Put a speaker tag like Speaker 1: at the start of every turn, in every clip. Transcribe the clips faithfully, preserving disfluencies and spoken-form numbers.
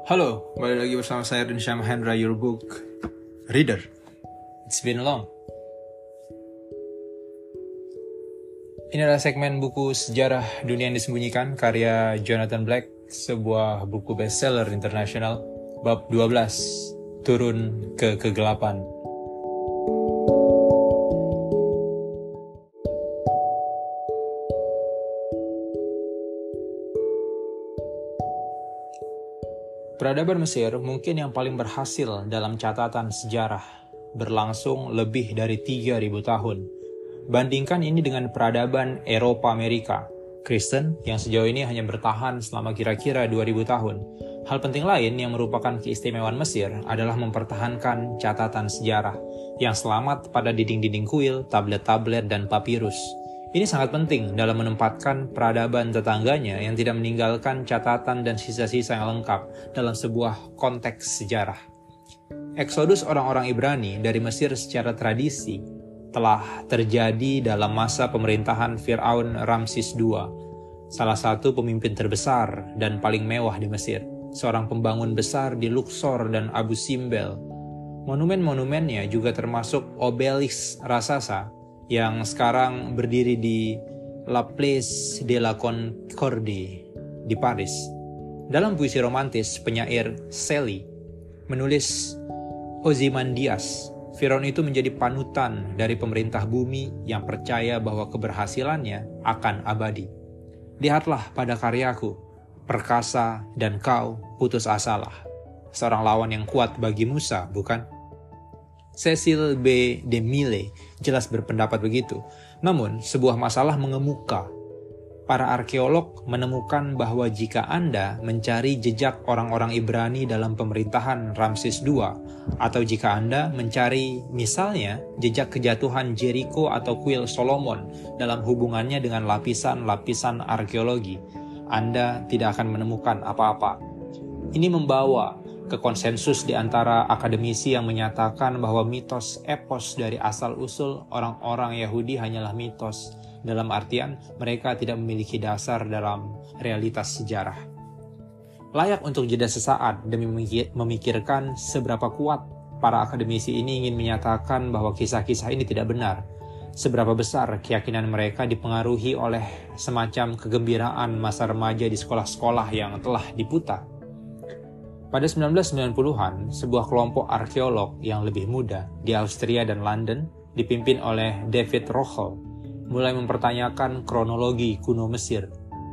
Speaker 1: Halo, balik lagi bersama saya Rinsya Mahendra, your book reader. It's been long. Ini adalah segmen buku Sejarah Dunia yang Disembunyikan karya Jonathan Black, sebuah buku bestseller internasional. Bab dua belas, Turun ke Kegelapan. Peradaban Mesir mungkin yang paling berhasil dalam catatan sejarah, berlangsung lebih dari tiga ribu tahun. Bandingkan ini dengan peradaban Eropa Amerika, Kristen yang sejauh ini hanya bertahan selama kira-kira dua ribu tahun. Hal penting lain yang merupakan keistimewaan Mesir adalah mempertahankan catatan sejarah yang selamat pada dinding-dinding kuil, tablet-tablet, dan papirus. Ini sangat penting dalam menempatkan peradaban tetangganya yang tidak meninggalkan catatan dan sisa-sisa yang lengkap dalam sebuah konteks sejarah. Eksodus orang-orang Ibrani dari Mesir secara tradisi telah terjadi dalam masa pemerintahan Firaun Ramses kedua, salah satu pemimpin terbesar dan paling mewah di Mesir, seorang pembangun besar di Luxor dan Abu Simbel. Monumen-monumennya juga termasuk obelisk raksasa yang sekarang berdiri di La Place de la Concorde di Paris. Dalam puisi romantis, penyair Shelley menulis Ozymandias, Firaun itu menjadi panutan dari pemerintah bumi yang percaya bahwa keberhasilannya akan abadi. Lihatlah pada karyaku, perkasa dan kau putus asalah. Seorang lawan yang kuat bagi Musa, bukan? Cecil B. DeMille jelas berpendapat begitu. Namun, sebuah masalah mengemuka. Para arkeolog menemukan bahwa jika Anda mencari jejak orang-orang Ibrani dalam pemerintahan Ramses kedua, atau jika Anda mencari misalnya jejak kejatuhan Jericho atau kuil Solomon dalam hubungannya dengan lapisan-lapisan arkeologi, Anda tidak akan menemukan apa-apa. Ini membawa ke konsensus di antara akademisi yang menyatakan bahwa mitos epos dari asal-usul orang-orang Yahudi hanyalah mitos, dalam artian mereka tidak memiliki dasar dalam realitas sejarah. Layak untuk jeda sesaat demi memikirkan seberapa kuat para akademisi ini ingin menyatakan bahwa kisah-kisah ini tidak benar. Seberapa besar keyakinan mereka dipengaruhi oleh semacam kegembiraan masa remaja di sekolah-sekolah yang telah diputar. Pada sembilan belas sembilan puluhan, sebuah kelompok arkeolog yang lebih muda di Austria dan London, dipimpin oleh David Rochel, mulai mempertanyakan kronologi kuno Mesir.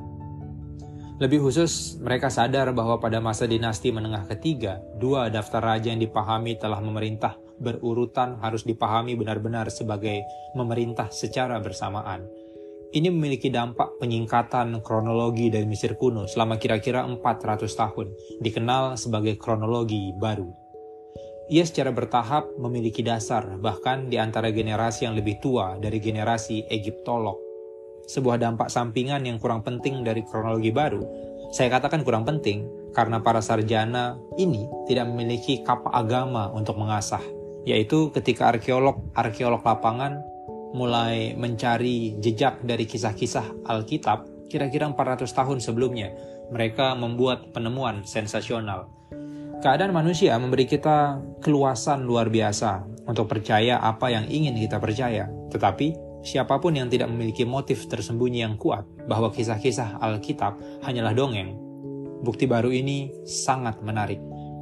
Speaker 1: Lebih khusus, mereka sadar bahwa pada masa dinasti menengah ketiga, dua daftar raja yang dipahami telah memerintah berurutan harus dipahami benar-benar sebagai memerintah secara bersamaan. Ini memiliki dampak penyingkatan kronologi dari Mesir kuno selama kira-kira empat ratus tahun, dikenal sebagai kronologi baru. Ia secara bertahap memiliki dasar, bahkan di antara generasi yang lebih tua dari generasi Egyptolog. Sebuah dampak sampingan yang kurang penting dari kronologi baru, saya katakan kurang penting karena para sarjana ini tidak memiliki kapa agama untuk mengasah, yaitu ketika arkeolog-arkeolog lapangan mulai mencari jejak dari kisah-kisah Alkitab kira-kira empat ratus tahun sebelumnya. Mereka membuat penemuan sensasional. Keadaan manusia memberi kita keluasan luar biasa untuk percaya apa yang ingin kita percaya. Tetapi, siapapun yang tidak memiliki motif tersembunyi yang kuat bahwa kisah-kisah Alkitab hanyalah dongeng, bukti baru ini sangat menarik.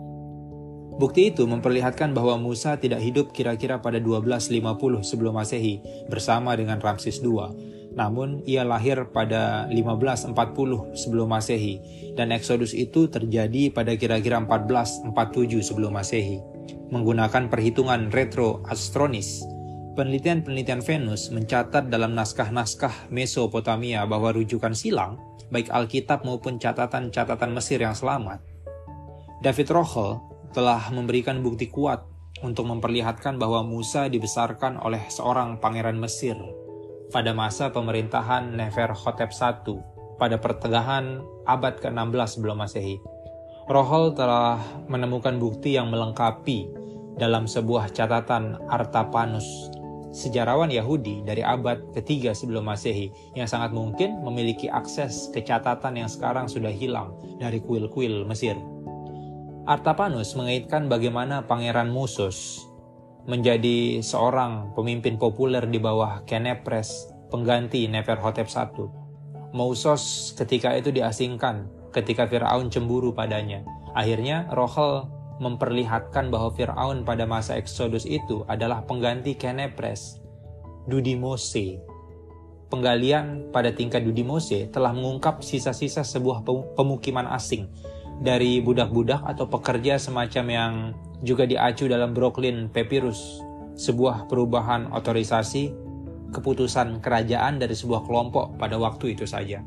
Speaker 1: Bukti itu memperlihatkan bahwa Musa tidak hidup kira-kira pada dua belas lima puluh sebelum Masehi bersama dengan Ramses kedua. Namun ia lahir pada lima belas empat puluh sebelum Masehi dan Eksodus itu terjadi pada kira-kira empat belas empat puluh tujuh sebelum Masehi. Menggunakan perhitungan retro-astronis, penelitian-penelitian Venus mencatat dalam naskah-naskah Mesopotamia bahwa rujukan silang, baik Alkitab maupun catatan-catatan Mesir yang selamat. David Rochel telah memberikan bukti kuat untuk memperlihatkan bahwa Musa dibesarkan oleh seorang pangeran Mesir pada masa pemerintahan Neferhotep satu pada pertengahan abad ke enam belas sebelum Masehi. Rochel telah menemukan bukti yang melengkapi dalam sebuah catatan Artapanus, sejarawan Yahudi dari abad ketiga sebelum Masehi yang sangat mungkin memiliki akses ke catatan yang sekarang sudah hilang dari kuil-kuil Mesir. Artapanus mengaitkan bagaimana Pangeran Musos menjadi seorang pemimpin populer di bawah Kenepres, pengganti Neferhotep satu. Mousos ketika itu diasingkan ketika Firaun cemburu padanya. Akhirnya Rochel memperlihatkan bahwa Firaun pada masa Exodus itu adalah pengganti Kenepres, Dudimose. Penggalian pada tingkat Dudimose telah mengungkap sisa-sisa sebuah pemukiman asing dari budak-budak atau pekerja semacam yang juga diacu dalam Brooklyn Papyrus, sebuah perubahan otorisasi keputusan kerajaan dari sebuah kelompok pada waktu itu saja.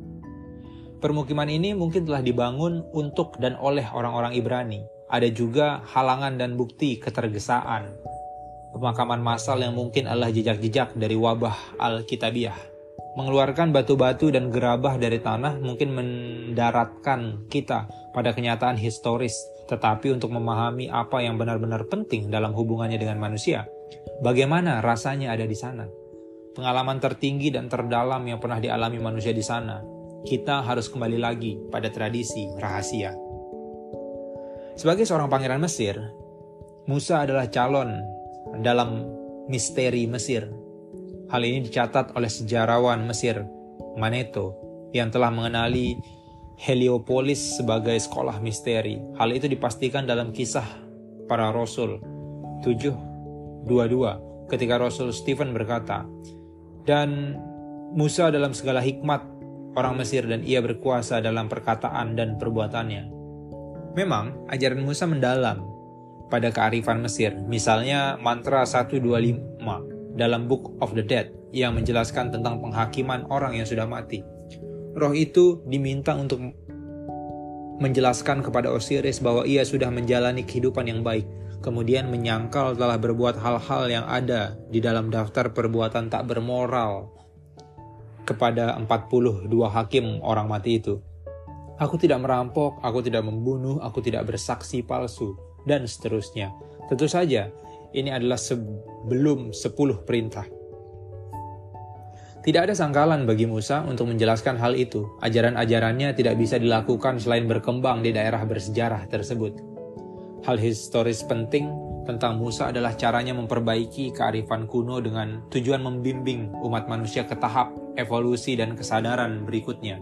Speaker 1: Permukiman ini mungkin telah dibangun untuk dan oleh orang-orang Ibrani. Ada juga halangan dan bukti ketergesaan. Pemakaman massal yang mungkin adalah jejak-jejak dari wabah Alkitabiah. Mengeluarkan batu-batu dan gerabah dari tanah mungkin mendaratkan kita pada kenyataan historis, tetapi untuk memahami apa yang benar-benar penting dalam hubungannya dengan manusia, bagaimana rasanya ada di sana, pengalaman tertinggi dan terdalam yang pernah dialami manusia di sana, kita harus kembali lagi pada tradisi rahasia. Sebagai seorang pangeran Mesir, Musa adalah calon dalam misteri Mesir. Hal ini dicatat oleh sejarawan Mesir, Manetho, yang telah mengenali Heliopolis sebagai sekolah misteri. Hal itu dipastikan dalam Kisah Para Rasul tujuh dua puluh dua, ketika Rasul Stephen berkata, "Dan Musa dalam segala hikmat orang Mesir dan ia berkuasa dalam perkataan dan perbuatannya." Memang, ajaran Musa mendalam pada kearifan Mesir. Misalnya mantra seratus dua puluh lima dalam Book of the Dead yang menjelaskan tentang penghakiman orang yang sudah mati. Roh itu diminta untuk menjelaskan kepada Osiris bahwa ia sudah menjalani kehidupan yang baik, kemudian menyangkal telah berbuat hal-hal yang ada di dalam daftar perbuatan tak bermoral kepada empat puluh dua hakim orang mati itu. Aku tidak merampok, aku tidak membunuh, aku tidak bersaksi palsu, dan seterusnya. Tentu saja, ini adalah sebelum sepuluh perintah. Tidak ada sangkalan bagi Musa untuk menjelaskan hal itu. Ajaran-ajarannya tidak bisa dilakukan selain berkembang di daerah bersejarah tersebut. Hal historis penting tentang Musa adalah caranya memperbaiki kearifan kuno dengan tujuan membimbing umat manusia ke tahap evolusi dan kesadaran berikutnya.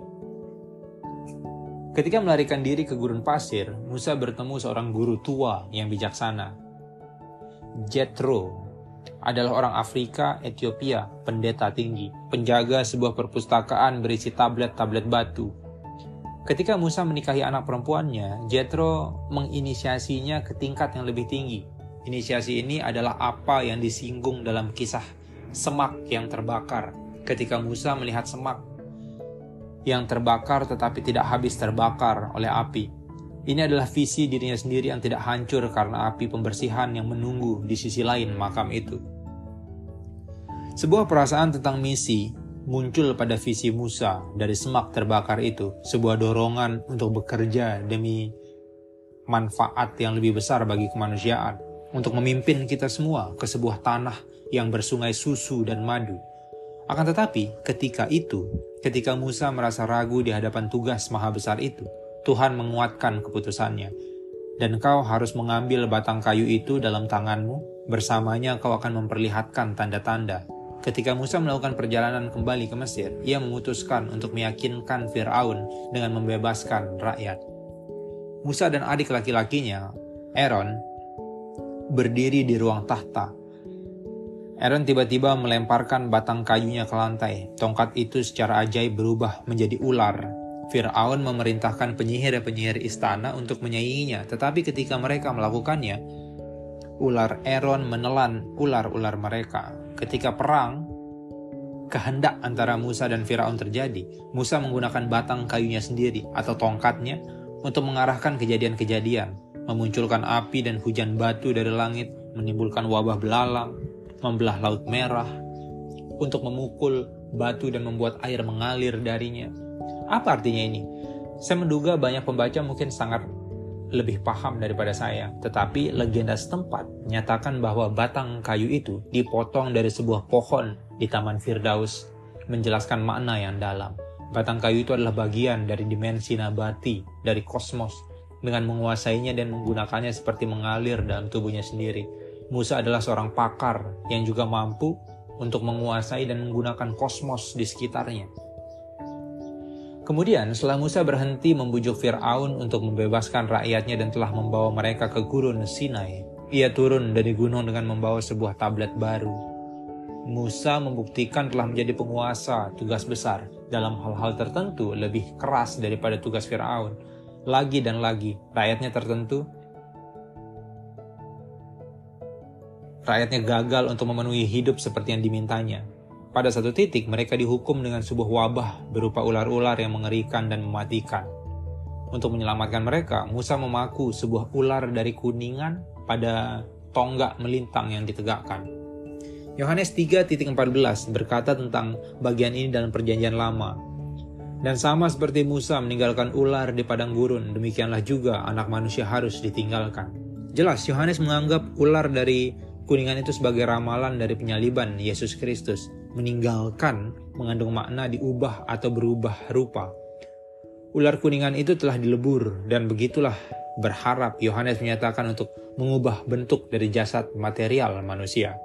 Speaker 1: Ketika melarikan diri ke gurun pasir, Musa bertemu seorang guru tua yang bijaksana. Jethro adalah orang Afrika, Ethiopia, pendeta tinggi, penjaga sebuah perpustakaan berisi tablet-tablet batu. Ketika Musa menikahi anak perempuannya, Jethro menginisiasinya ke tingkat yang lebih tinggi. Inisiasi ini adalah apa yang disinggung dalam kisah semak yang terbakar. Ketika Musa melihat semak yang terbakar tetapi tidak habis terbakar oleh api. Ini adalah visi dirinya sendiri yang tidak hancur karena api pembersihan yang menunggu di sisi lain makam itu. Sebuah perasaan tentang misi muncul pada visi Musa dari semak terbakar itu, sebuah dorongan untuk bekerja demi manfaat yang lebih besar bagi kemanusiaan, untuk memimpin kita semua ke sebuah tanah yang bersungai susu dan madu. Akan tetapi, ketika itu, ketika Musa merasa ragu di hadapan tugas maha besar itu, Tuhan menguatkan keputusannya. Dan kau harus mengambil batang kayu itu dalam tanganmu, bersamanya kau akan memperlihatkan tanda-tanda. Ketika Musa melakukan perjalanan kembali ke Mesir, ia memutuskan untuk meyakinkan Firaun dengan membebaskan rakyat. Musa dan adik laki-lakinya, Aaron, berdiri di ruang tahta. Aaron tiba-tiba melemparkan batang kayunya ke lantai. Tongkat itu secara ajaib berubah menjadi ular. Firaun memerintahkan penyihir-penyihir istana untuk menyainginya, tetapi ketika mereka melakukannya, ular Aaron menelan ular-ular mereka. Ketika perang kehendak antara Musa dan Firaun terjadi, Musa menggunakan batang kayunya sendiri atau tongkatnya untuk mengarahkan kejadian-kejadian, memunculkan api dan hujan batu dari langit, menimbulkan wabah belalang, membelah laut merah, untuk memukul batu dan membuat air mengalir darinya. Apa artinya ini? Saya menduga banyak pembaca mungkin sangat lebih paham daripada saya, tetapi legenda setempat menyatakan bahwa batang kayu itu dipotong dari sebuah pohon di Taman Firdaus, menjelaskan makna yang dalam. Batang kayu itu adalah bagian dari dimensi nabati, dari kosmos, dengan menguasainya dan menggunakannya seperti mengalir dalam tubuhnya sendiri. Musa adalah seorang pakar yang juga mampu untuk menguasai dan menggunakan kosmos di sekitarnya. Kemudian setelah Musa berhenti membujuk Fir'aun untuk membebaskan rakyatnya dan telah membawa mereka ke gurun Sinai, ia turun dari gunung dengan membawa sebuah tablet baru. Musa membuktikan telah menjadi penguasa tugas besar dalam hal-hal tertentu lebih keras daripada tugas Fir'aun. Lagi dan lagi, rakyatnya tertentu, rakyatnya gagal untuk memenuhi hidup seperti yang dimintanya. Pada satu titik, mereka dihukum dengan sebuah wabah berupa ular-ular yang mengerikan dan mematikan. Untuk menyelamatkan mereka, Musa memaku sebuah ular dari kuningan pada tonggak melintang yang ditegakkan. Yohanes tiga ayat empat belas berkata tentang bagian ini dalam Perjanjian Lama. Dan sama seperti Musa meninggalkan ular di padang gurun, demikianlah juga anak manusia harus ditinggalkan. Jelas, Yohanes menganggap ular dari kuningan itu sebagai ramalan dari penyaliban Yesus Kristus. Meninggalkan mengandung makna diubah atau berubah rupa. Ular kuningan itu telah dilebur, dan begitulah berharap Yohanes menyatakan untuk mengubah bentuk dari jasad material manusia.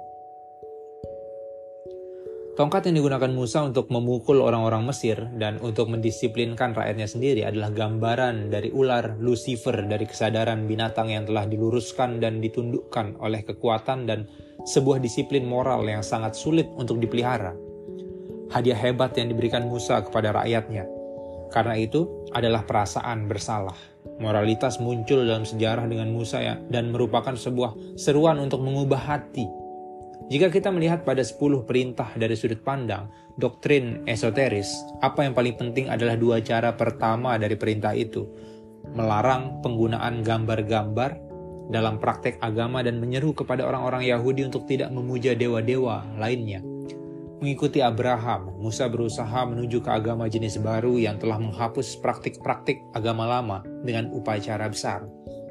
Speaker 1: Tongkat yang digunakan Musa untuk memukul orang-orang Mesir dan untuk mendisiplinkan rakyatnya sendiri adalah gambaran dari ular Lucifer dari kesadaran binatang yang telah diluruskan dan ditundukkan oleh kekuatan dan sebuah disiplin moral yang sangat sulit untuk dipelihara. Hadiah hebat yang diberikan Musa kepada rakyatnya. Karena itu adalah perasaan bersalah. Moralitas muncul dalam sejarah dengan Musa ya, dan merupakan sebuah seruan untuk mengubah hati. Jika kita melihat pada sepuluh perintah dari sudut pandang doktrin esoteris, apa yang paling penting adalah dua cara pertama dari perintah itu. Melarang penggunaan gambar-gambar dalam praktek agama dan menyeru kepada orang-orang Yahudi untuk tidak memuja dewa-dewa lainnya. Mengikuti Abraham, Musa berusaha menuju ke agama jenis baru yang telah menghapus praktik-praktik agama lama dengan upacara besar.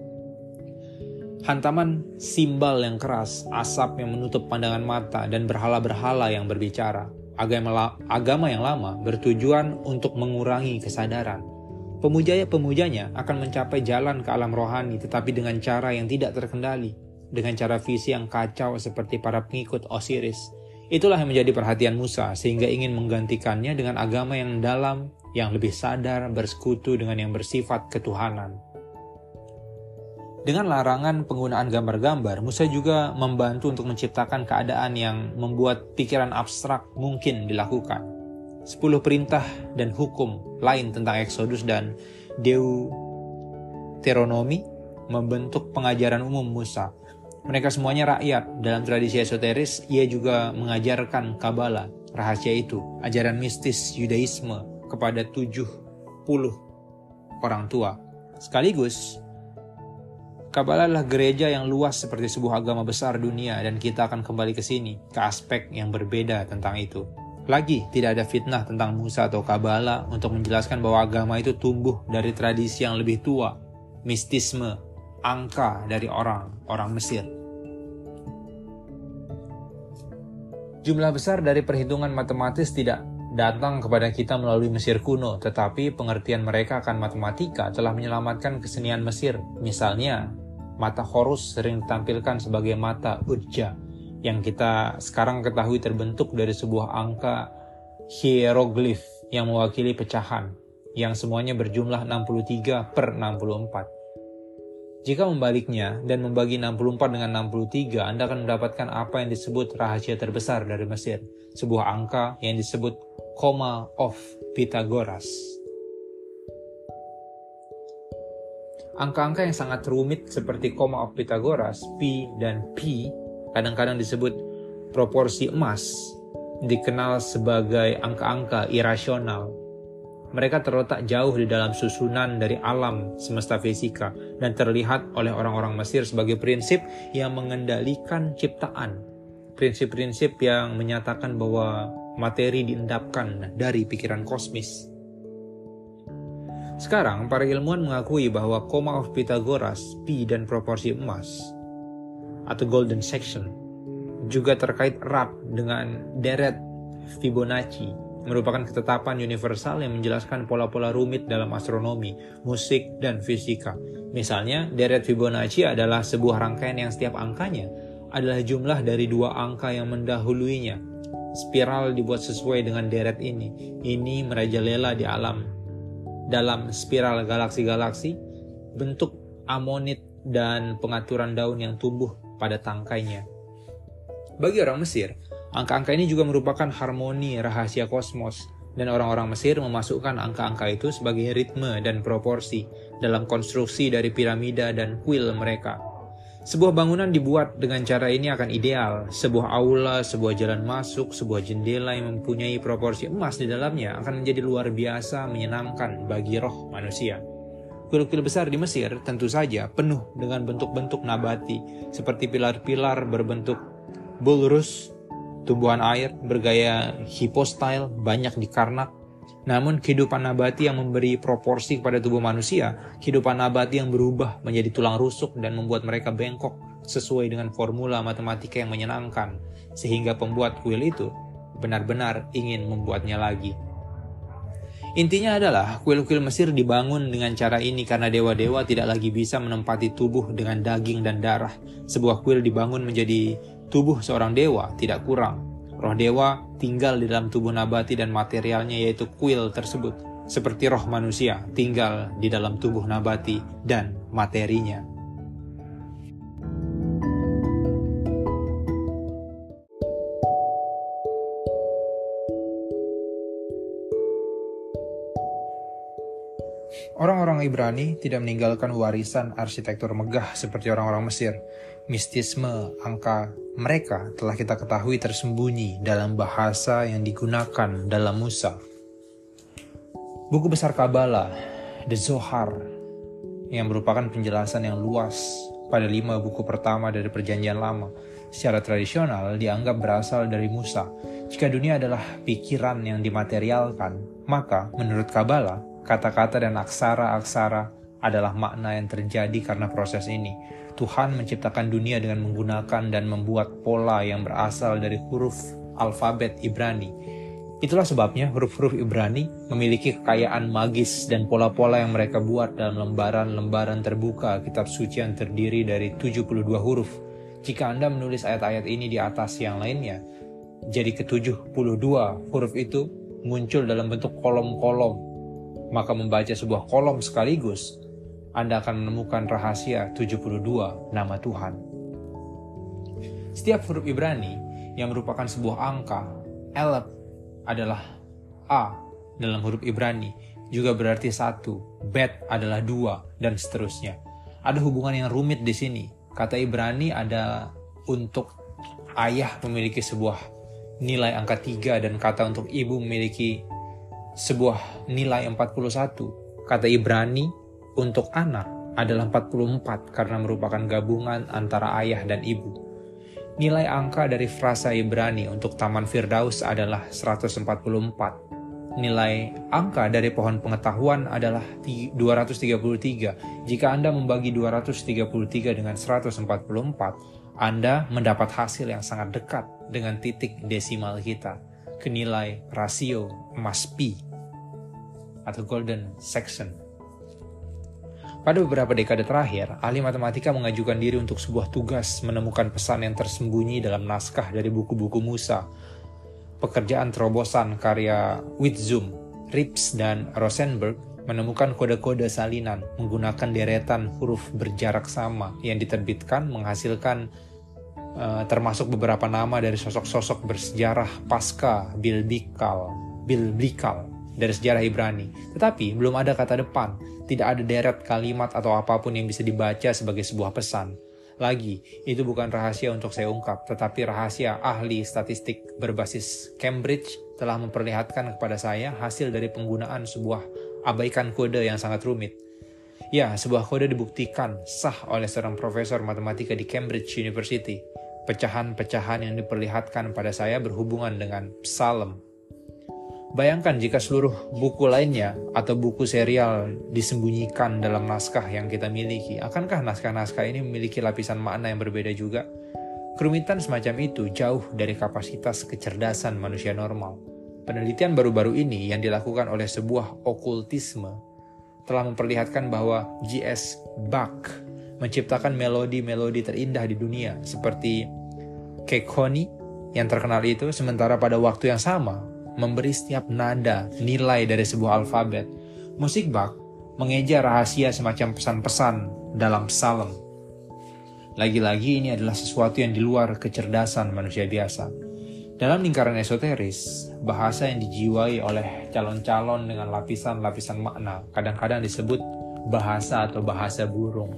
Speaker 1: Hantaman simbal yang keras, asap yang menutup pandangan mata, dan berhala-berhala yang berbicara. Agama, agama yang lama bertujuan untuk mengurangi kesadaran. Pemuja-pemujanya akan mencapai jalan ke alam rohani, tetapi dengan cara yang tidak terkendali, dengan cara visi yang kacau seperti para pengikut Osiris. Itulah yang menjadi perhatian Musa, sehingga ingin menggantikannya dengan agama yang dalam, yang lebih sadar, bersekutu dengan yang bersifat ketuhanan. Dengan larangan penggunaan gambar-gambar, Musa juga membantu untuk menciptakan keadaan yang membuat pikiran abstrak mungkin dilakukan. Sepuluh perintah dan hukum lain tentang Exodus dan Deuteronomi membentuk pengajaran umum Musa. Mereka semuanya rakyat. Dalam tradisi esoteris, ia juga mengajarkan Kabbalah, rahasia itu, ajaran mistis Yudaisme kepada tujuh puluh orang tua. Sekaligus, Kabbalah adalah gereja yang luas seperti sebuah agama besar dunia, dan kita akan kembali ke sini, ke aspek yang berbeda tentang itu. Lagi, tidak ada fitnah tentang Musa atau Kabbalah untuk menjelaskan bahwa agama itu tumbuh dari tradisi yang lebih tua, mistisme, angka dari orang-orang Mesir. Jumlah besar dari perhitungan matematis tidak datang kepada kita melalui Mesir kuno, tetapi pengertian mereka akan matematika telah menyelamatkan kesenian Mesir. Misalnya, mata Horus sering ditampilkan sebagai mata Udja, yang kita sekarang ketahui terbentuk dari sebuah angka hieroglif yang mewakili pecahan, yang semuanya berjumlah enam puluh tiga per enam puluh empat. Jika membaliknya dan membagi enam puluh empat dengan enam puluh tiga, Anda akan mendapatkan apa yang disebut rahasia terbesar dari Mesir, sebuah angka yang disebut Comma of Pythagoras. Angka-angka yang sangat rumit seperti Comma of Pythagoras, pi dan pi, kadang-kadang disebut proporsi emas, dikenal sebagai angka-angka irasional. Mereka terletak jauh di dalam susunan dari alam semesta fisika dan terlihat oleh orang-orang Mesir sebagai prinsip yang mengendalikan ciptaan. Prinsip-prinsip yang menyatakan bahwa materi diendapkan dari pikiran kosmis. Sekarang, para ilmuwan mengakui bahwa Comma of Pythagoras, pi dan proporsi emas, atau golden section, juga terkait erat dengan deret Fibonacci merupakan ketetapan universal yang menjelaskan pola-pola rumit dalam astronomi, musik, dan fisika. Misalnya, deret Fibonacci adalah sebuah rangkaian yang setiap angkanya adalah jumlah dari dua angka yang mendahuluinya. Spiral dibuat sesuai dengan deret ini. Ini merajalela di alam. Dalam spiral galaksi-galaksi, bentuk amonit dan pengaturan daun yang tumbuh pada tangkainya. Bagi orang Mesir, angka-angka ini juga merupakan harmoni rahasia kosmos, dan orang-orang Mesir memasukkan angka-angka itu sebagai ritme dan proporsi dalam konstruksi dari piramida dan kuil mereka. Sebuah bangunan dibuat dengan cara ini akan ideal. Sebuah aula, sebuah jalan masuk, sebuah jendela yang mempunyai proporsi emas di dalamnya akan menjadi luar biasa menyenangkan bagi roh manusia. Kuil-kuil besar di Mesir tentu saja penuh dengan bentuk-bentuk nabati, seperti pilar-pilar berbentuk bulrus, tumbuhan air bergaya hypostyle banyak di Karnak. Namun kehidupan nabati yang memberi proporsi kepada tubuh manusia, kehidupan nabati yang berubah menjadi tulang rusuk dan membuat mereka bengkok sesuai dengan formula matematika yang menyenangkan, sehingga pembuat kuil itu benar-benar ingin membuatnya lagi. Intinya adalah kuil-kuil Mesir dibangun dengan cara ini karena dewa-dewa tidak lagi bisa menempati tubuh dengan daging dan darah. Sebuah kuil dibangun menjadi tubuh seorang dewa, tidak kurang. Roh dewa tinggal di dalam tubuh nabati dan materialnya, yaitu kuil tersebut. Seperti roh manusia tinggal di dalam tubuh nabati dan materinya. Orang-orang Ibrani tidak meninggalkan warisan arsitektur megah seperti orang-orang Mesir. Mistisme angka mereka telah kita ketahui tersembunyi dalam bahasa yang digunakan dalam Musa. Buku besar Kabbalah, The Zohar, yang merupakan penjelasan yang luas pada lima buku pertama dari Perjanjian Lama, secara tradisional dianggap berasal dari Musa. Jika dunia adalah pikiran yang dimaterialkan, maka menurut Kabbalah, kata-kata dan aksara-aksara adalah makna yang terjadi karena proses ini. Tuhan menciptakan dunia dengan menggunakan dan membuat pola yang berasal dari huruf alfabet Ibrani. Itulah sebabnya huruf-huruf Ibrani memiliki kekayaan magis dan pola-pola yang mereka buat dalam lembaran-lembaran terbuka kitab suci yang terdiri dari tujuh puluh dua huruf. Jika Anda menulis ayat-ayat ini di atas yang lainnya, jadi ke tujuh puluh dua huruf itu muncul dalam bentuk kolom-kolom. Maka membaca sebuah kolom sekaligus, Anda akan menemukan rahasia tujuh puluh dua nama Tuhan. Setiap huruf Ibrani yang merupakan sebuah angka, Aleph adalah A dalam huruf Ibrani, juga berarti satu, Bet adalah dua, dan seterusnya. Ada hubungan yang rumit di sini. Kata Ibrani ada untuk ayah memiliki sebuah nilai angka tiga, dan kata untuk ibu memiliki sebuah nilai empat puluh satu. Kata Ibrani untuk anak adalah empat puluh empat karena merupakan gabungan antara ayah dan ibu. Nilai angka dari frasa Ibrani untuk Taman Firdaus adalah seratus empat puluh empat. Nilai angka dari pohon pengetahuan adalah dua ratus tiga puluh tiga. Jika Anda membagi dua ratus tiga puluh tiga dengan seratus empat puluh empat, Anda mendapat hasil yang sangat dekat dengan titik desimal kita, ke nilai rasio emas pi atau golden section. Pada beberapa dekade terakhir, ahli matematika mengajukan diri untuk sebuah tugas menemukan pesan yang tersembunyi dalam naskah dari buku-buku Musa. Pekerjaan terobosan karya Witzum, Rips, dan Rosenberg menemukan kode-kode salinan menggunakan deretan huruf berjarak sama yang diterbitkan menghasilkan uh, termasuk beberapa nama dari sosok-sosok bersejarah pasca Bilbikal, Bilbikal dari sejarah Ibrani. Tetapi belum ada kata depan, tidak ada deret kalimat atau apapun yang bisa dibaca sebagai sebuah pesan. Lagi, itu bukan rahasia untuk saya ungkap, tetapi rahasia ahli statistik berbasis Cambridge telah memperlihatkan kepada saya hasil dari penggunaan sebuah abaikan kode yang sangat rumit. Ya, sebuah kode dibuktikan sah oleh seorang profesor matematika di Cambridge University. Pecahan-pecahan yang diperlihatkan pada saya berhubungan dengan psalm. Bayangkan jika seluruh buku lainnya atau buku serial disembunyikan dalam naskah yang kita miliki. Akankah naskah-naskah ini memiliki lapisan makna yang berbeda juga? Kerumitan semacam itu jauh dari kapasitas kecerdasan manusia normal. Penelitian baru-baru ini yang dilakukan oleh sebuah okultisme telah memperlihatkan bahwa J S Bach menciptakan melodi-melodi terindah di dunia seperti Kekoni yang terkenal itu, sementara pada waktu yang sama memberi setiap nada nilai dari sebuah alfabet. Musik Bach mengeja rahasia semacam pesan-pesan dalam psalm. Lagi-lagi ini adalah sesuatu yang di luar kecerdasan manusia biasa. Dalam lingkaran esoteris, bahasa yang dijiwai oleh calon-calon dengan lapisan-lapisan makna kadang-kadang disebut bahasa atau bahasa burung.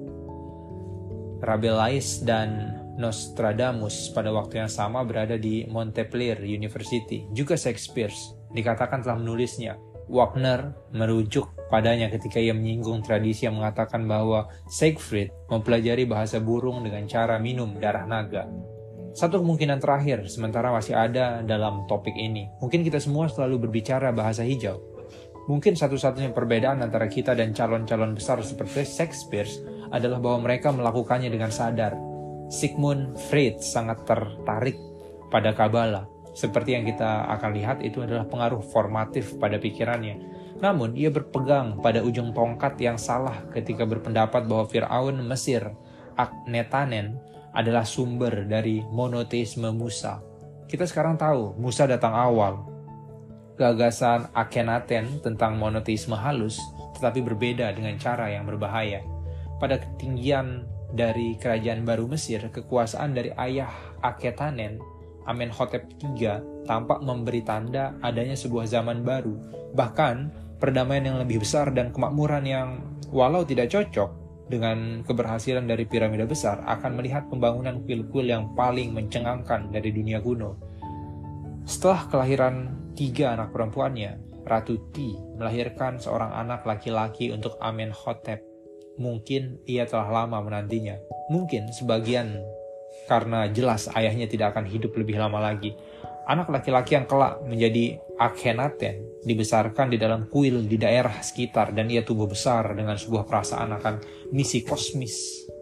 Speaker 1: Rabelais dan Nostradamus pada waktu yang sama berada di Montpellier University. Juga Shakespeare dikatakan telah menulisnya. Wagner merujuk padanya ketika ia menyinggung tradisi yang mengatakan bahwa Siegfried mempelajari bahasa burung dengan cara minum darah naga. Satu kemungkinan terakhir, sementara masih ada dalam topik ini, mungkin kita semua selalu berbicara bahasa hijau. Mungkin satu-satunya perbedaan antara kita dan calon-calon besar seperti Shakespeare adalah bahwa mereka melakukannya dengan sadar. Sigmund Freud sangat tertarik pada Kabbalah. Seperti yang kita akan lihat, itu adalah pengaruh formatif pada pikirannya. Namun, ia berpegang pada ujung tongkat yang salah ketika berpendapat bahwa Fir'aun Mesir, Akhenaten, adalah sumber dari monoteisme Musa. Kita sekarang tahu, Musa datang awal. Gagasan Akhenaten tentang monoteisme halus, tetapi berbeda dengan cara yang berbahaya. Pada ketinggian dari kerajaan baru Mesir, kekuasaan dari ayah Akhenaten, Amenhotep tiga, tampak memberi tanda adanya sebuah zaman baru, bahkan perdamaian yang lebih besar dan kemakmuran yang walau tidak cocok dengan keberhasilan dari piramida besar akan melihat pembangunan kuil-kuil yang paling mencengangkan dari dunia kuno. Setelah kelahiran tiga anak perempuannya, Ratu Ti melahirkan seorang anak laki-laki untuk Amenhotep. Mungkin ia telah lama menantinya. Mungkin sebagian karena jelas ayahnya tidak akan hidup lebih lama lagi. Anak laki-laki yang kelak menjadi Akhenaten dibesarkan di dalam kuil di daerah sekitar dan ia tumbuh besar dengan sebuah perasaan akan misi kosmis.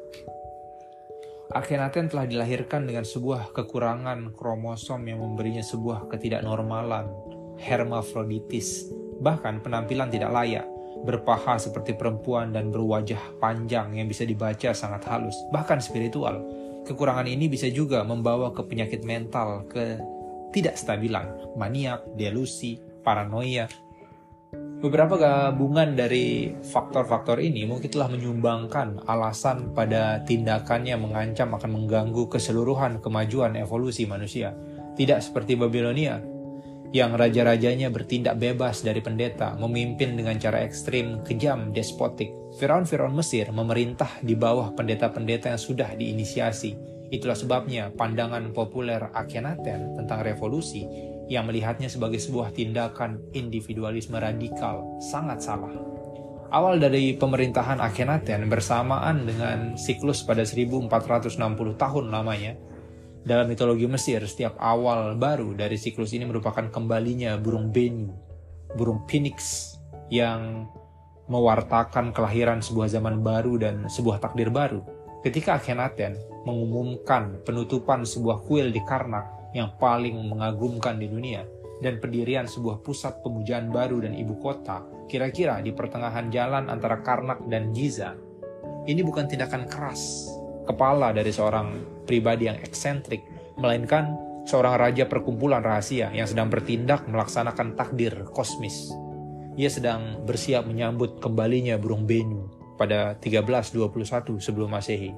Speaker 1: Akhenaten telah dilahirkan dengan sebuah kekurangan kromosom yang memberinya sebuah ketidaknormalan, hermafroditis, bahkan penampilan tidak layak, berpaha seperti perempuan dan berwajah panjang yang bisa dibaca sangat halus, bahkan spiritual. Kekurangan ini bisa juga membawa ke penyakit mental, ke ketidakstabilan, maniak, delusi, paranoia. Beberapa gabungan dari faktor-faktor ini mungkin telah menyumbangkan alasan pada tindakannya mengancam akan mengganggu keseluruhan kemajuan evolusi manusia. Tidak seperti Babilonia, yang raja-rajanya bertindak bebas dari pendeta, memimpin dengan cara ekstrim, kejam, despotik. Firaun-Firaun Mesir memerintah di bawah pendeta-pendeta yang sudah diinisiasi. Itulah sebabnya pandangan populer Akhenaten tentang revolusi yang melihatnya sebagai sebuah tindakan individualisme radikal sangat salah. Awal dari pemerintahan Akhenaten bersamaan dengan siklus pada seribu empat ratus enam puluh tahun lamanya. Dalam mitologi Mesir, setiap awal baru dari siklus ini merupakan kembalinya burung Bennu, burung Phoenix yang mewartakan kelahiran sebuah zaman baru dan sebuah takdir baru. Ketika Akhenaten mengumumkan penutupan sebuah kuil di Karnak yang paling mengagumkan di dunia dan pendirian sebuah pusat pemujaan baru dan ibu kota, kira-kira di pertengahan jalan antara Karnak dan Giza, ini bukan tindakan keras kepala dari seorang pribadi yang eksentrik, melainkan seorang raja perkumpulan rahasia yang sedang bertindak melaksanakan takdir kosmis. Ia sedang bersiap menyambut kembalinya burung Bennu pada tiga belas dua puluh satu sebelum Masehi.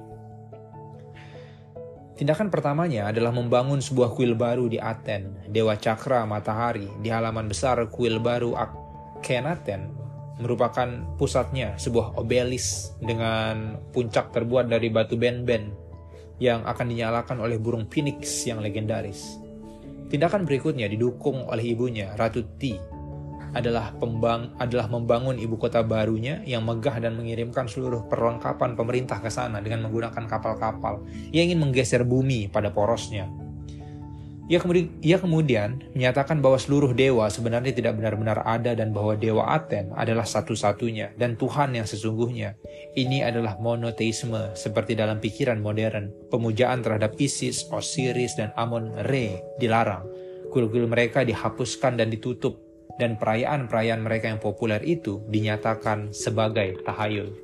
Speaker 1: Tindakan pertamanya adalah membangun sebuah kuil baru di Aten, Dewa Cakra Matahari, di halaman besar kuil baru Akhenaten merupakan pusatnya sebuah obelis dengan puncak terbuat dari batu ben-ben yang akan dinyalakan oleh burung Phoenix yang legendaris. Tindakan berikutnya didukung oleh ibunya, Ratu Ti, adalah pembang adalah membangun ibu kota barunya yang megah dan mengirimkan seluruh perlengkapan pemerintah ke sana dengan menggunakan kapal-kapal yang ingin menggeser bumi pada porosnya. Ia kemudian, ia kemudian menyatakan bahwa seluruh dewa sebenarnya tidak benar-benar ada dan bahwa dewa Aten adalah satu-satunya dan Tuhan yang sesungguhnya. Ini adalah monoteisme seperti dalam pikiran modern. Pemujaan terhadap Isis, Osiris, dan Amon-Re dilarang. Kuil-kuil mereka dihapuskan dan ditutup, dan perayaan-perayaan mereka yang populer itu dinyatakan sebagai tahayul.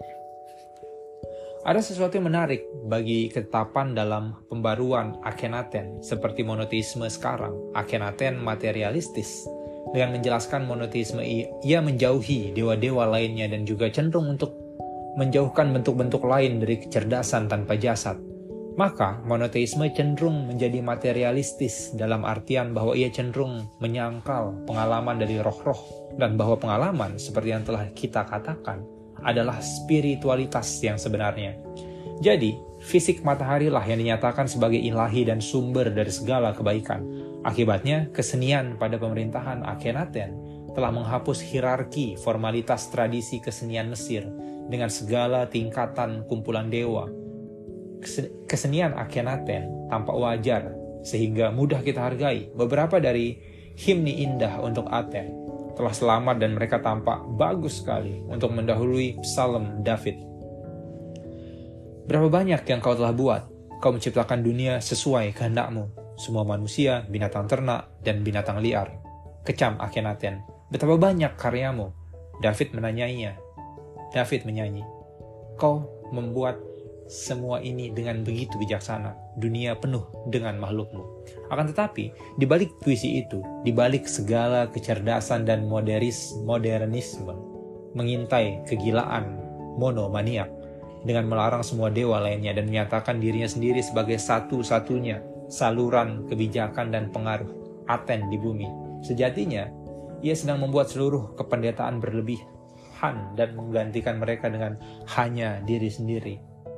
Speaker 1: Ada sesuatu yang menarik bagi ketetapan dalam pembaruan Akhenaten seperti monoteisme sekarang. Akhenaten materialistis. Dengan menjelaskan monoteisme, ia menjauhi dewa-dewa lainnya dan juga cenderung untuk menjauhkan bentuk-bentuk lain dari kecerdasan tanpa jasad. Maka monoteisme cenderung menjadi materialistis dalam artian bahwa ia cenderung menyangkal pengalaman dari roh-roh, dan bahwa pengalaman seperti yang telah kita katakan adalah spiritualitas yang sebenarnya. Jadi, fisik matahari lah yang dinyatakan sebagai ilahi dan sumber dari segala kebaikan. Akibatnya, kesenian pada pemerintahan Akhenaten telah menghapus hierarki formalitas tradisi kesenian Mesir dengan segala tingkatan kumpulan dewa. Kesenian Akhenaten tampak wajar sehingga mudah kita hargai. Beberapa dari himni indah untuk Aten telah selamat dan mereka tampak bagus sekali untuk mendahului psalm David. Berapa banyak yang kau telah buat? Kau menciptakan dunia sesuai kehendakmu, semua manusia, binatang ternak, dan binatang liar. Kecam Akhenaten, betapa banyak karyamu. David menanyainya. David menyanyi, kau membuat semua ini dengan begitu bijaksana, dunia penuh dengan makhlukmu. Akan tetapi, di balik puisi itu, di balik segala kecerdasan dan moderis, modernisme, mengintai kegilaan monomaniak, dengan melarang semua dewa lainnya dan menyatakan dirinya sendiri sebagai satu-satunya saluran kebijakan dan pengaruh Aten di bumi. Sejatinya, ia sedang membuat seluruh kependetaan berlebihan dan menggantikan mereka dengan hanya diri sendiri.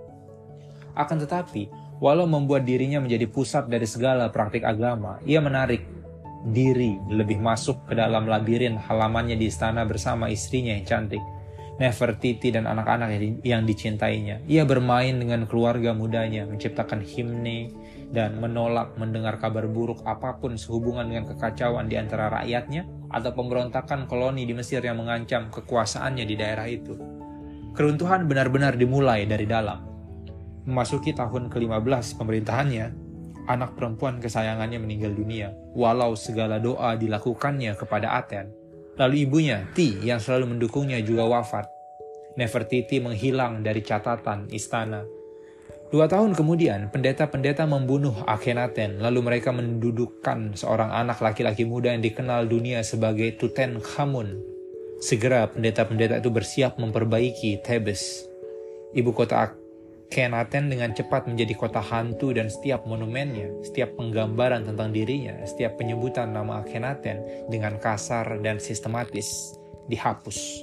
Speaker 1: Akan tetapi, walau membuat dirinya menjadi pusat dari segala praktik agama, ia menarik diri lebih masuk ke dalam labirin halamannya di istana bersama istrinya yang cantik, Nefertiti, dan anak-anak yang dicintainya. Ia bermain dengan keluarga mudanya, menciptakan himne, dan menolak mendengar kabar buruk apapun sehubungan dengan kekacauan di antara rakyatnya atau pemberontakan koloni di Mesir yang mengancam kekuasaannya di daerah itu. Keruntuhan benar-benar dimulai dari dalam. Memasuki tahun kelima belas pemerintahannya, anak perempuan kesayangannya meninggal dunia, walau segala doa dilakukannya kepada Aten. Lalu ibunya, Ti, yang selalu mendukungnya juga wafat. Nefertiti menghilang dari catatan istana. Dua tahun kemudian, pendeta-pendeta membunuh Akhenaten, lalu mereka mendudukkan seorang anak laki-laki muda yang dikenal dunia sebagai Tutankhamun. Segera pendeta-pendeta itu bersiap memperbaiki Thebes, ibu kota Akhenaten, dengan cepat menjadi kota hantu, dan setiap monumennya, setiap penggambaran tentang dirinya, setiap penyebutan nama Akhenaten dengan kasar dan sistematis dihapus.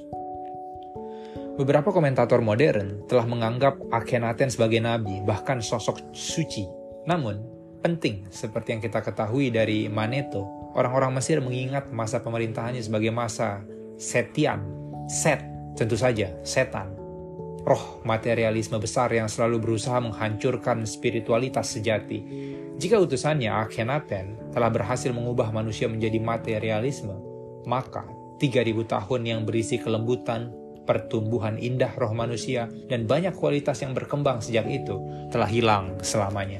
Speaker 1: Beberapa komentator modern telah menganggap Akhenaten sebagai nabi, bahkan sosok suci. Namun, penting seperti yang kita ketahui dari Manetho, orang-orang Mesir mengingat masa pemerintahannya sebagai masa Setian, Set, tentu saja, setan. Roh materialisme besar yang selalu berusaha menghancurkan spiritualitas sejati. Jika utusannya Akhenaten telah berhasil mengubah manusia menjadi materialisme, maka tiga ribu tahun yang berisi kelembutan, pertumbuhan indah roh manusia, dan banyak kualitas yang berkembang sejak itu telah hilang selamanya.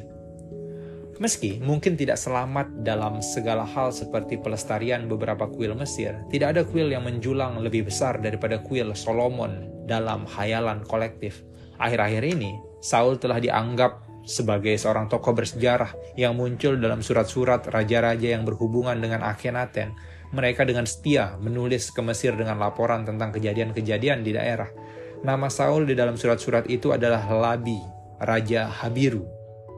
Speaker 1: Meski mungkin tidak selamat dalam segala hal seperti pelestarian beberapa kuil Mesir, tidak ada kuil yang menjulang lebih besar daripada kuil Solomon dalam khayalan kolektif. Akhir-akhir ini, Saul telah dianggap sebagai seorang tokoh bersejarah yang muncul dalam surat-surat raja-raja yang berhubungan dengan Akhenaten. Mereka dengan setia menulis ke Mesir dengan laporan tentang kejadian-kejadian di daerah. Nama Saul di dalam surat-surat itu adalah Labi, Raja Habiru.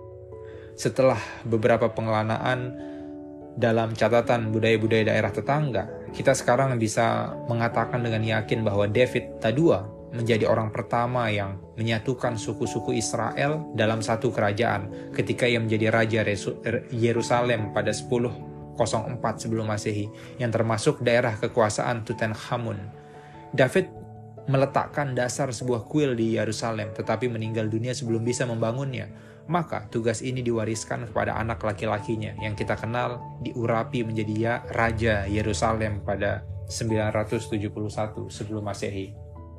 Speaker 1: Setelah beberapa pengelanaan dalam catatan budaya-budaya daerah tetangga, kita sekarang bisa mengatakan dengan yakin bahwa David Tadua menjadi orang pertama yang menyatukan suku-suku Israel dalam satu kerajaan ketika ia menjadi Raja Yerusalem pada sepuluh nol empat sebelum Masehi, yang termasuk daerah kekuasaan Tutankhamun. David meletakkan dasar sebuah kuil di Yerusalem, tetapi meninggal dunia sebelum bisa membangunnya. Maka tugas ini diwariskan kepada anak laki-lakinya yang kita kenal diurapi menjadi ya, Raja Yerusalem pada sembilan ratus tujuh puluh satu sebelum Masehi.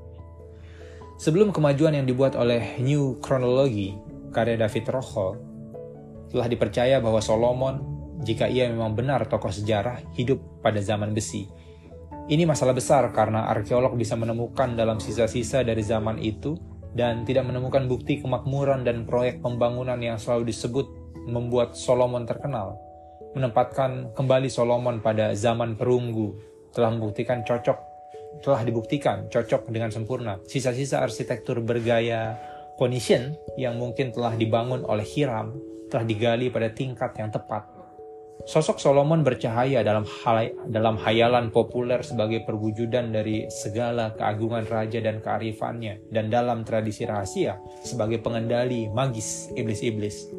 Speaker 1: Sebelum kemajuan yang dibuat oleh New Chronology karya David Rochel, telah dipercaya bahwa Solomon jika ia memang benar tokoh sejarah hidup pada zaman besi. Ini masalah besar karena arkeolog bisa menemukan dalam sisa-sisa dari zaman itu dan tidak menemukan bukti kemakmuran dan proyek pembangunan yang selalu disebut membuat Solomon terkenal. Menempatkan kembali Solomon pada zaman perunggu telah membuktikan cocok telah dibuktikan cocok dengan sempurna. Sisa-sisa arsitektur bergaya Phoenician yang mungkin telah dibangun oleh Hiram telah digali pada tingkat yang tepat. Sosok Solomon bercahaya dalam hal, dalam hayalan populer sebagai perwujudan dari segala keagungan raja dan kearifannya, dan dalam tradisi rahasia sebagai pengendali magis iblis-iblis.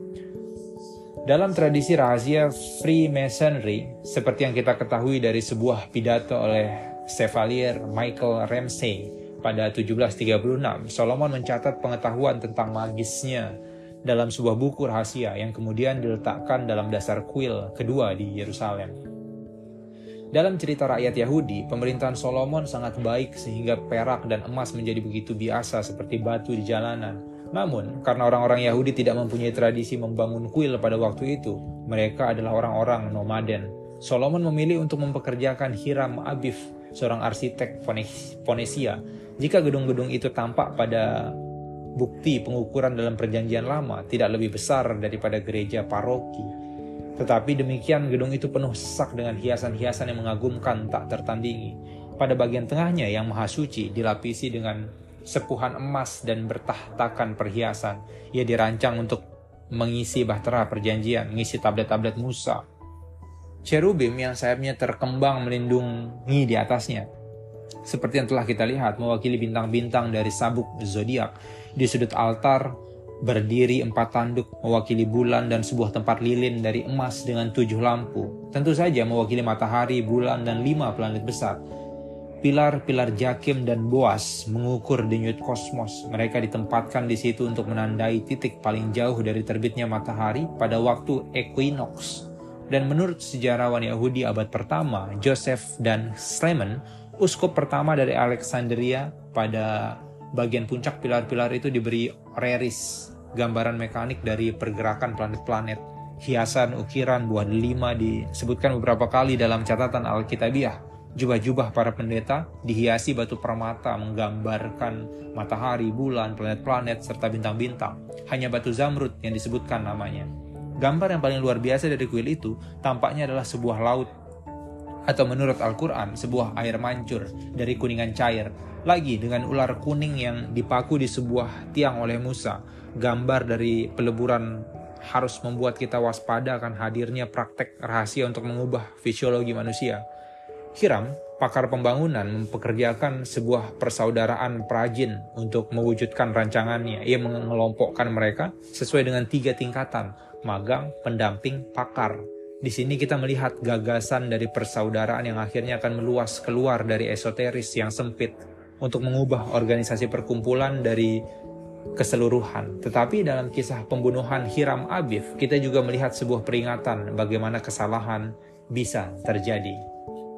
Speaker 1: Dalam tradisi rahasia Freemasonry, seperti yang kita ketahui dari sebuah pidato oleh Chevalier Michael Ramsay pada tujuh belas tiga puluh enam, Solomon mencatat pengetahuan tentang magisnya dalam sebuah buku rahasia yang kemudian diletakkan dalam dasar kuil kedua di Yerusalem. Dalam cerita rakyat Yahudi, pemerintahan Solomon sangat baik sehingga perak dan emas menjadi begitu biasa seperti batu di jalanan. Namun, karena orang-orang Yahudi tidak mempunyai tradisi membangun kuil pada waktu itu, mereka adalah orang-orang nomaden. Solomon memilih untuk mempekerjakan Hiram Abif, seorang arsitek Fonesia. Jika gedung-gedung itu tampak pada bukti pengukuran dalam perjanjian lama tidak lebih besar daripada gereja paroki, tetapi demikian gedung itu penuh sesak dengan hiasan-hiasan yang mengagumkan tak tertandingi. Pada bagian tengahnya yang maha suci dilapisi dengan sepuhan emas dan bertahtakan perhiasan. Ia dirancang untuk mengisi bahtera perjanjian, mengisi tablet-tablet Musa. Cherubim yang sayapnya terkembang melindungi di atasnya, seperti yang telah kita lihat, mewakili bintang-bintang dari sabuk zodiak. Di sudut altar berdiri empat tanduk mewakili bulan dan sebuah tempat lilin dari emas dengan tujuh lampu, tentu saja mewakili matahari, bulan, dan lima planet besar. Pilar-pilar Jakim dan Boas mengukur denyut kosmos. Mereka ditempatkan di situ untuk menandai titik paling jauh dari terbitnya matahari pada waktu equinox. Dan menurut sejarawan Yahudi abad pertama, Joseph dan Sleman, uskup pertama dari Alexandria, pada bagian puncak pilar-pilar itu diberi reris, gambaran mekanik dari pergerakan planet-planet. Hiasan ukiran buah delima disebutkan beberapa kali dalam catatan Alkitabiah. Jubah-jubah para pendeta dihiasi batu permata menggambarkan matahari, bulan, planet-planet, serta bintang-bintang. Hanya batu zamrud yang disebutkan namanya. Gambar yang paling luar biasa dari kuil itu tampaknya adalah sebuah laut, atau menurut Al-Quran, sebuah air mancur dari kuningan cair. Lagi dengan ular kuning yang dipaku di sebuah tiang oleh Musa. Gambar dari peleburan harus membuat kita waspada akan hadirnya praktek rahasia untuk mengubah fisiologi manusia. Hiram, pakar pembangunan, mempekerjakan sebuah persaudaraan perajin untuk mewujudkan rancangannya. Ia mengelompokkan mereka sesuai dengan tiga tingkatan: magang, pendamping, pakar. Di sini kita melihat gagasan dari persaudaraan yang akhirnya akan meluas keluar dari esoteris yang sempit untuk mengubah organisasi perkumpulan dari keseluruhan. Tetapi dalam kisah pembunuhan Hiram Abif, kita juga melihat sebuah peringatan bagaimana kesalahan bisa terjadi.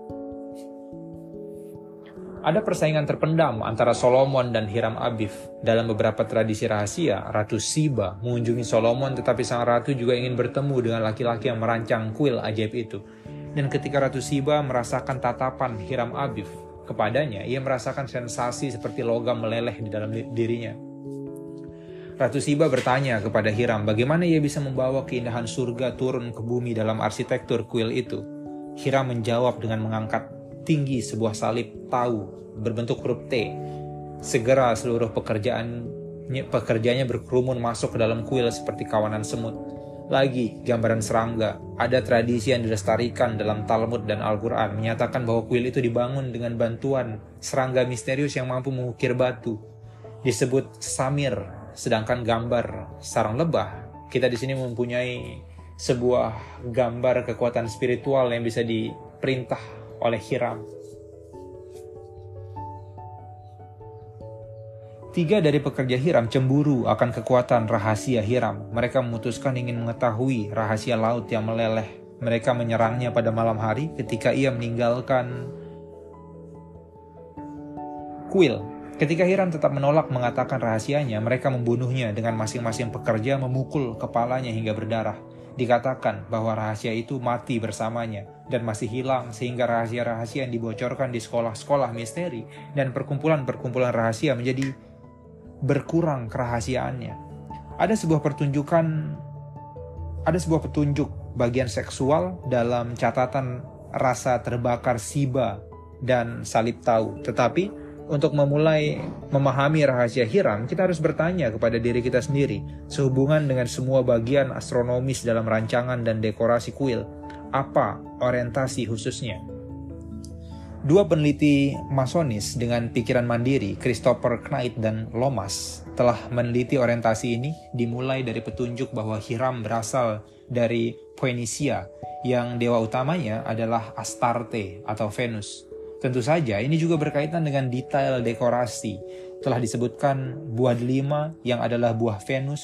Speaker 1: Ada persaingan terpendam antara Solomon dan Hiram Abif. Dalam beberapa tradisi rahasia, Ratu Siba mengunjungi Solomon, tetapi sang ratu juga ingin bertemu dengan laki-laki yang merancang kuil ajaib itu. Dan ketika Ratu Siba merasakan tatapan Hiram Abif kepadanya, ia merasakan sensasi seperti logam meleleh di dalam dirinya. Ratu Siba bertanya kepada Hiram bagaimana ia bisa membawa keindahan surga turun ke bumi dalam arsitektur kuil itu. Hiram menjawab dengan mengangkat tinggi sebuah salib tahu berbentuk huruf T. Segera seluruh pekerjaannya, pekerjanya berkerumun masuk ke dalam kuil seperti kawanan semut. Lagi gambaran serangga. Ada tradisi yang dilestarikan dalam Talmud dan Al-Quran menyatakan bahwa kuil itu dibangun dengan bantuan serangga misterius yang mampu mengukir batu. Disebut Samir. Sedangkan gambar sarang lebah, kita di sini mempunyai sebuah gambar kekuatan spiritual yang bisa diperintah oleh Hiram. Tiga dari pekerja Hiram cemburu akan kekuatan rahasia Hiram. Mereka memutuskan ingin mengetahui rahasia laut yang meleleh. Mereka menyerangnya pada malam hari ketika ia meninggalkan kuil. Ketika Hiram tetap menolak mengatakan rahasianya, mereka membunuhnya dengan masing-masing pekerja memukul kepalanya hingga berdarah. dikatakan bahwa rahasia itu mati bersamanya dan masih hilang, sehingga rahasia-rahasia yang dibocorkan di sekolah-sekolah misteri dan perkumpulan-perkumpulan rahasia menjadi berkurang kerahasiaannya. Ada sebuah pertunjukan, ada sebuah petunjuk bagian seksual dalam catatan rasa terbakar Siba dan salib tau. Tetapi untuk memulai memahami rahasia Hiram, kita harus bertanya kepada diri kita sendiri sehubungan dengan semua bagian astronomis dalam rancangan dan dekorasi kuil. Apa orientasi khususnya? Dua peneliti masonis dengan pikiran mandiri, Christopher Knight dan Lomas, telah meneliti orientasi ini dimulai dari petunjuk bahwa Hiram berasal dari Phoenicia yang dewa utamanya adalah Astarte atau Venus. Tentu saja ini juga berkaitan dengan detail dekorasi. Telah disebutkan buah delima yang adalah buah Venus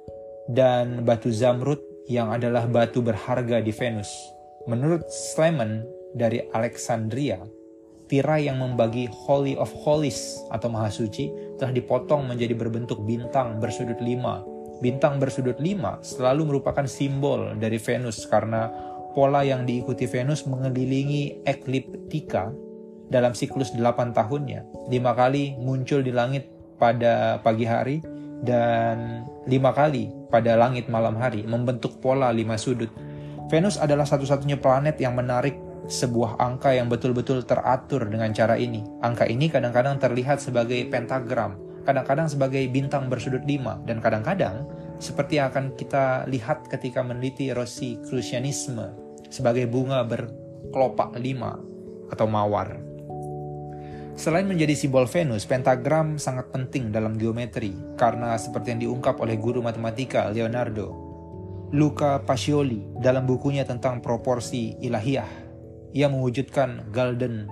Speaker 1: dan batu zamrud yang adalah batu berharga di Venus. Menurut Sleman dari Alexandria, tirai yang membagi Holy of Holies atau Maha Suci telah dipotong menjadi berbentuk bintang bersudut lima. Bintang bersudut lima selalu merupakan simbol dari Venus karena pola yang diikuti Venus mengelilingi ekliptika dalam siklus delapan tahunnya. Lima kali muncul di langit pada pagi hari dan lima kali pada langit malam hari, membentuk pola lima sudut. Venus adalah satu-satunya planet yang menarik sebuah angka yang betul-betul teratur dengan cara ini. Angka ini kadang-kadang terlihat sebagai pentagram, kadang-kadang sebagai bintang bersudut lima, dan kadang-kadang seperti yang akan kita lihat ketika meneliti Rosicrucianisme sebagai bunga berkelopak lima atau mawar. Selain menjadi simbol Venus, pentagram sangat penting dalam geometri karena seperti yang diungkap oleh guru matematika Leonardo Luca Pacioli dalam bukunya tentang proporsi ilahiyah, ia mewujudkan golden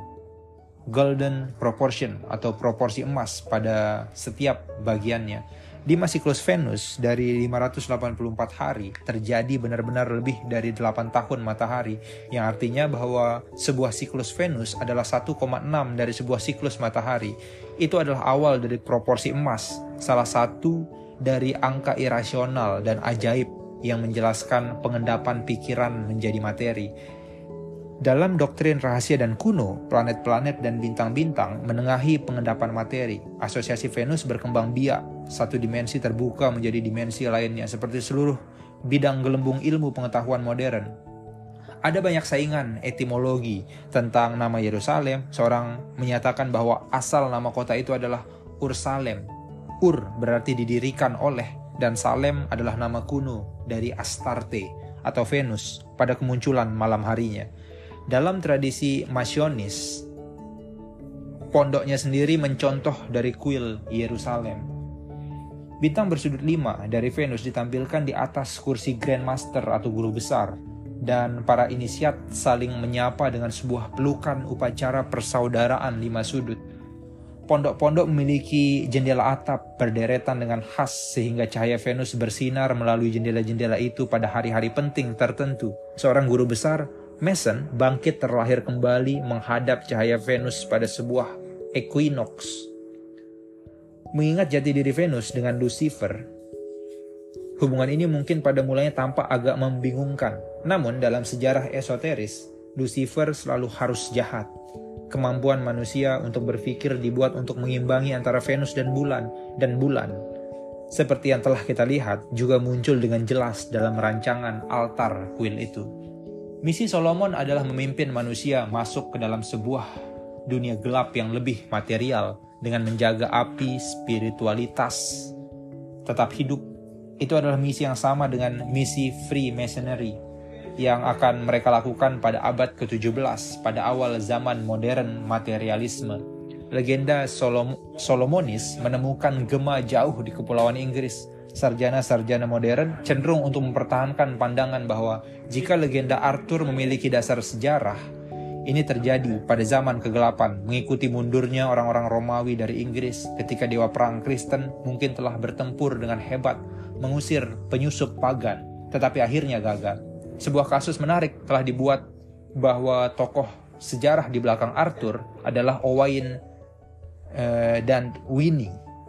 Speaker 1: golden proportion atau proporsi emas pada setiap bagiannya. Di siklus Venus dari lima ratus delapan puluh empat hari terjadi benar-benar lebih dari delapan tahun matahari, yang artinya bahwa sebuah siklus Venus adalah satu koma enam dari sebuah siklus matahari. Itu adalah awal dari proporsi emas, salah satu dari angka irasional dan ajaib yang menjelaskan pengendapan pikiran menjadi materi. Dalam doktrin rahasia dan kuno, planet-planet dan bintang-bintang menengahi pengendapan materi. Asosiasi Venus berkembang biak, satu dimensi terbuka menjadi dimensi lainnya, seperti seluruh bidang gelembung ilmu pengetahuan modern. Ada banyak saingan etimologi tentang nama Yerusalem. Seorang menyatakan bahwa asal nama kota itu adalah Ursalem. Ur berarti didirikan oleh, dan Salem adalah nama kuno dari Astarte atau Venus pada kemunculan malam harinya. Dalam tradisi Masionis, pondoknya sendiri mencontoh dari kuil Yerusalem. Bintang bersudut lima dari Venus ditampilkan di atas kursi Grandmaster atau guru besar, dan para inisiat saling menyapa dengan sebuah pelukan upacara persaudaraan lima sudut. Pondok-pondok memiliki jendela atap berderetan dengan khas sehingga cahaya Venus bersinar melalui jendela-jendela itu pada hari-hari penting tertentu. Seorang guru besar, Mason, bangkit terlahir kembali menghadap cahaya Venus pada sebuah equinox. Mengingat jati diri Venus dengan Lucifer, hubungan ini mungkin pada mulanya tampak agak membingungkan. Namun dalam sejarah esoteris, Lucifer selalu harus jahat. Kemampuan manusia untuk berpikir dibuat untuk mengimbangi antara Venus dan bulan, dan bulan, seperti yang telah kita lihat, juga muncul dengan jelas dalam rancangan altar kuil itu. Misi Solomon adalah memimpin manusia masuk ke dalam sebuah dunia gelap yang lebih material dengan menjaga api spiritualitas tetap hidup. Itu adalah misi yang sama dengan misi Freemasonry yang akan mereka lakukan pada abad ke tujuh belas pada awal zaman modern materialisme. Legenda Solom- Solomonis menemukan gema jauh di kepulauan Inggris. Sarjana-sarjana modern cenderung untuk mempertahankan pandangan bahwa jika legenda Arthur memiliki dasar sejarah, ini terjadi pada zaman kegelapan, mengikuti mundurnya orang-orang Romawi dari Inggris ketika dewa perang Kristen mungkin telah bertempur dengan hebat mengusir penyusup pagan, tetapi akhirnya gagal. Sebuah kasus menarik telah dibuat bahwa tokoh sejarah di belakang Arthur adalah Owain uh, dan Winnie,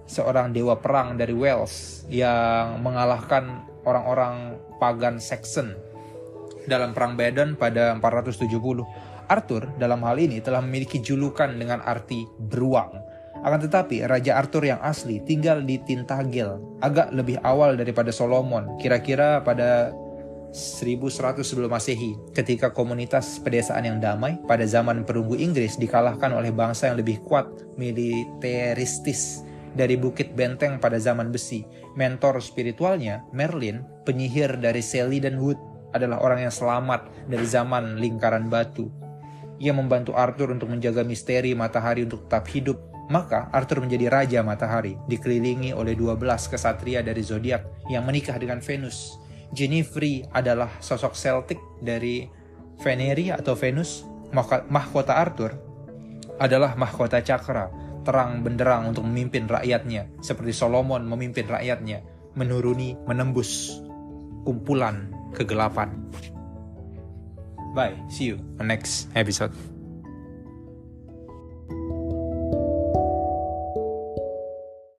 Speaker 1: seorang dewa perang dari Wales yang mengalahkan orang-orang pagan Saxon dalam perang Badon pada empat ratus tujuh puluh. Arthur dalam hal ini telah memiliki julukan dengan arti beruang. Akan tetapi Raja Arthur yang asli tinggal di Tintagel agak lebih awal daripada Solomon, kira-kira pada seribu seratus sebelum Masehi, ketika komunitas pedesaan yang damai pada zaman perunggu Inggris dikalahkan oleh bangsa yang lebih kuat militeristis dari Bukit Benteng pada zaman besi. Mentor spiritualnya, Merlin, penyihir dari Selly dan Wood, adalah orang yang selamat dari zaman lingkaran batu. Ia membantu Arthur untuk menjaga misteri matahari untuk tetap hidup. Maka Arthur menjadi Raja Matahari, dikelilingi oleh dua belas kesatria dari zodiak yang menikah dengan Venus. Jennifer adalah sosok Celtic dari Veneri atau Venus. Mahkota Arthur adalah mahkota cakra, terang benderang untuk memimpin rakyatnya, seperti Solomon memimpin rakyatnya, menuruni, menembus kumpulan kegelapan. Bye, see you on next episode.